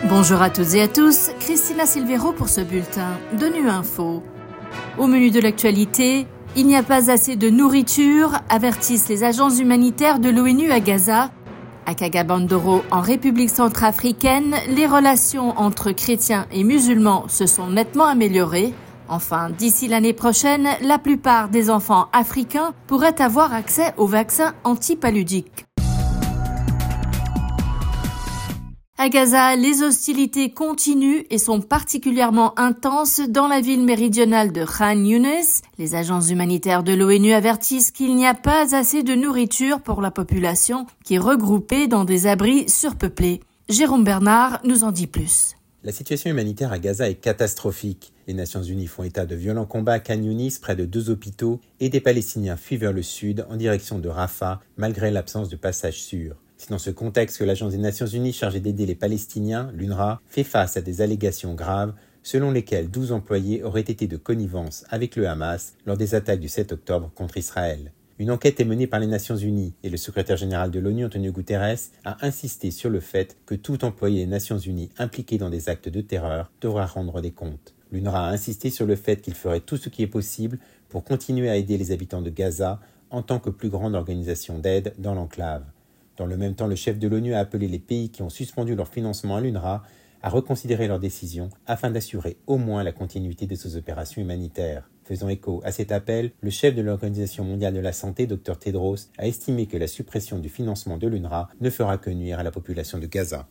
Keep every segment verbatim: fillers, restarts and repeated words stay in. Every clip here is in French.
Bonjour à toutes et à tous, Christina Silvero pour ce bulletin de Nu Info. Au menu de l'actualité, il n'y a pas assez de nourriture, avertissent les agences humanitaires de l'ONU à Gaza. À Kagabandoro, en République centrafricaine, les relations entre chrétiens et musulmans se sont nettement améliorées. Enfin, d'ici l'année prochaine, la plupart des enfants africains pourraient avoir accès aux vaccins antipaludiques. À Gaza, les hostilités continuent et sont particulièrement intenses dans la ville méridionale de Khan Younes. Les agences humanitaires de l'ONU avertissent qu'il n'y a pas assez de nourriture pour la population qui est regroupée dans des abris surpeuplés. Jérôme Bernard nous en dit plus. La situation humanitaire à Gaza est catastrophique. Les Nations Unies font état de violents combats à Khan Younis, près de deux hôpitaux, et des Palestiniens fuient vers le sud en direction de Rafah, malgré l'absence de passage sûr. C'est dans ce contexte que l'Agence des Nations Unies chargée d'aider les Palestiniens, l'UNRWA, fait face à des allégations graves selon lesquelles douze employés auraient été de connivence avec le Hamas lors des attaques du sept octobre contre Israël. Une enquête est menée par les Nations Unies et le secrétaire général de l'ONU, Antonio Guterres, a insisté sur le fait que tout employé des Nations Unies impliqué dans des actes de terreur devra rendre des comptes. L'UNRWA a insisté sur le fait qu'il ferait tout ce qui est possible pour continuer à aider les habitants de Gaza en tant que plus grande organisation d'aide dans l'enclave. Dans le même temps, le chef de l'ONU a appelé les pays qui ont suspendu leur financement à l'UNRWA à reconsidérer leurs décisions afin d'assurer au moins la continuité de ces opérations humanitaires. Faisant écho à cet appel, le chef de l'Organisation mondiale de la santé, docteur Tedros, a estimé que la suppression du financement de l'UNRWA ne fera que nuire à la population de Gaza.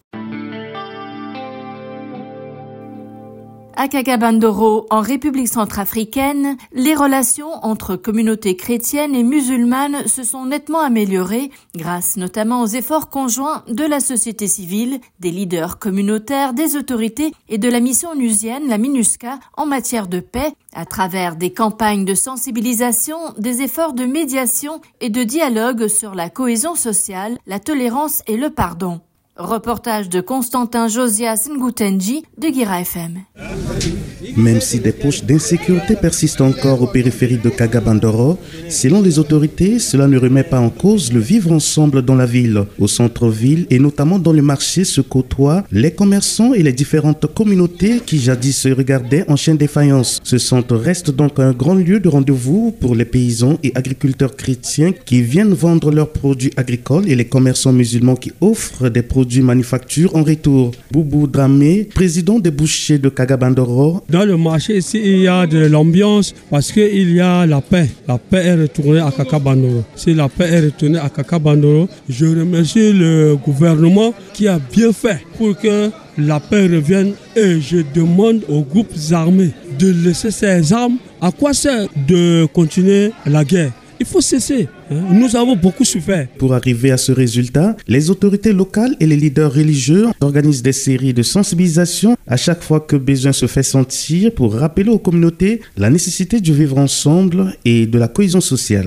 À Kagabandoro, en République centrafricaine, les relations entre communautés chrétiennes et musulmanes se sont nettement améliorées grâce notamment aux efforts conjoints de la société civile, des leaders communautaires, des autorités et de la mission onusienne, la MINUSCA, en matière de paix, à travers des campagnes de sensibilisation, des efforts de médiation et de dialogue sur la cohésion sociale, la tolérance et le pardon. Reportage de Constantin Josias Ngutenji de Guira F M. Même si des poches d'insécurité persistent encore aux périphéries de Kagabandoro, selon les autorités, cela ne remet pas en cause le vivre ensemble dans la ville. Au centre-ville et notamment dans le marché se côtoient les commerçants et les différentes communautés qui jadis se regardaient en chien de faïence. Ce centre reste donc un grand lieu de rendez-vous pour les paysans et agriculteurs chrétiens qui viennent vendre leurs produits agricoles et les commerçants musulmans qui offrent des produits du manufacture en retour. Boubou Dramé, président des bouchers de Kagabandoro. Dans le marché ici, il y a de l'ambiance parce qu'il y a la paix. La paix est retournée à Kagabandoro. Si la paix est retournée à Kagabandoro, je remercie le gouvernement qui a bien fait pour que la paix revienne et je demande aux groupes armés de laisser ces armes. À quoi sert de continuer la guerre? Il faut cesser. Nous avons beaucoup souffert. Pour arriver à ce résultat, les autorités locales et les leaders religieux organisent des séries de sensibilisation à chaque fois que besoin se fait sentir pour rappeler aux communautés la nécessité de vivre ensemble et de la cohésion sociale.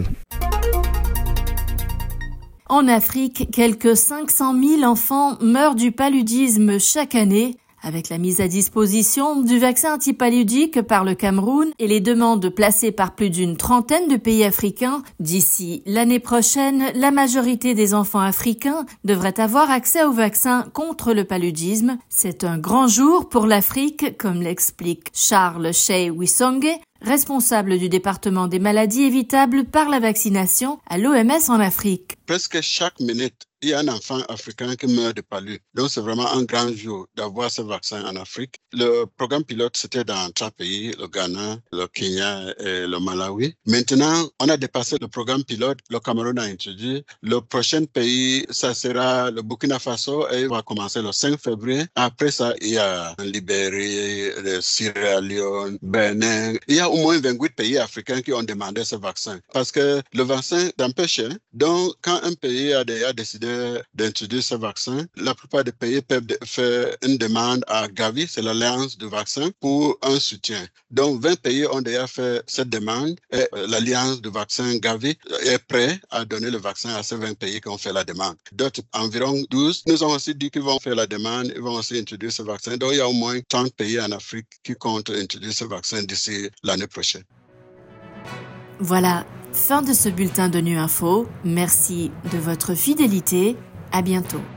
En Afrique, quelques cinq cent mille enfants meurent du paludisme chaque année. Avec la mise à disposition du vaccin antipaludique par le Cameroun et les demandes placées par plus d'une trentaine de pays africains, d'ici l'année prochaine, la majorité des enfants africains devraient avoir accès au vaccin contre le paludisme. C'est un grand jour pour l'Afrique, comme l'explique Charles Shey Wisonge, responsable du département des maladies évitables par la vaccination à l'O M S en Afrique. Presque chaque minute, il y a un enfant africain qui meurt de palu. Donc, c'est vraiment un grand jour d'avoir ce vaccin en Afrique. Le programme pilote, c'était dans trois pays, le Ghana, le Kenya et le Malawi. Maintenant, on a dépassé le programme pilote. Le Cameroun a introduit. Le prochain pays, ça sera le Burkina Faso et il va commencer le cinq février. Après ça, il y a Libérie, le Sierra Leone, Bénin. Il y a au moins vingt-huit pays africains qui ont demandé ce vaccin. Parce que le vaccin est un peu cher. Donc, quand un pays a déjà décidé d'introduire ce vaccin, la plupart des pays peuvent faire une demande à Gavi, c'est l'Alliance du vaccin, pour un soutien. Donc, vingt pays ont déjà fait cette demande et l'Alliance du vaccin Gavi est prêt à donner le vaccin à ces vingt pays qui ont fait la demande. D'autres, environ douze, nous ont aussi dit qu'ils vont faire la demande, ils vont aussi introduire ce vaccin. Donc, il y a au moins trente pays en Afrique qui comptent introduire ce vaccin d'ici l'année prochaine. Voilà, fin de ce bulletin de Nu Info. Merci de votre fidélité. À bientôt.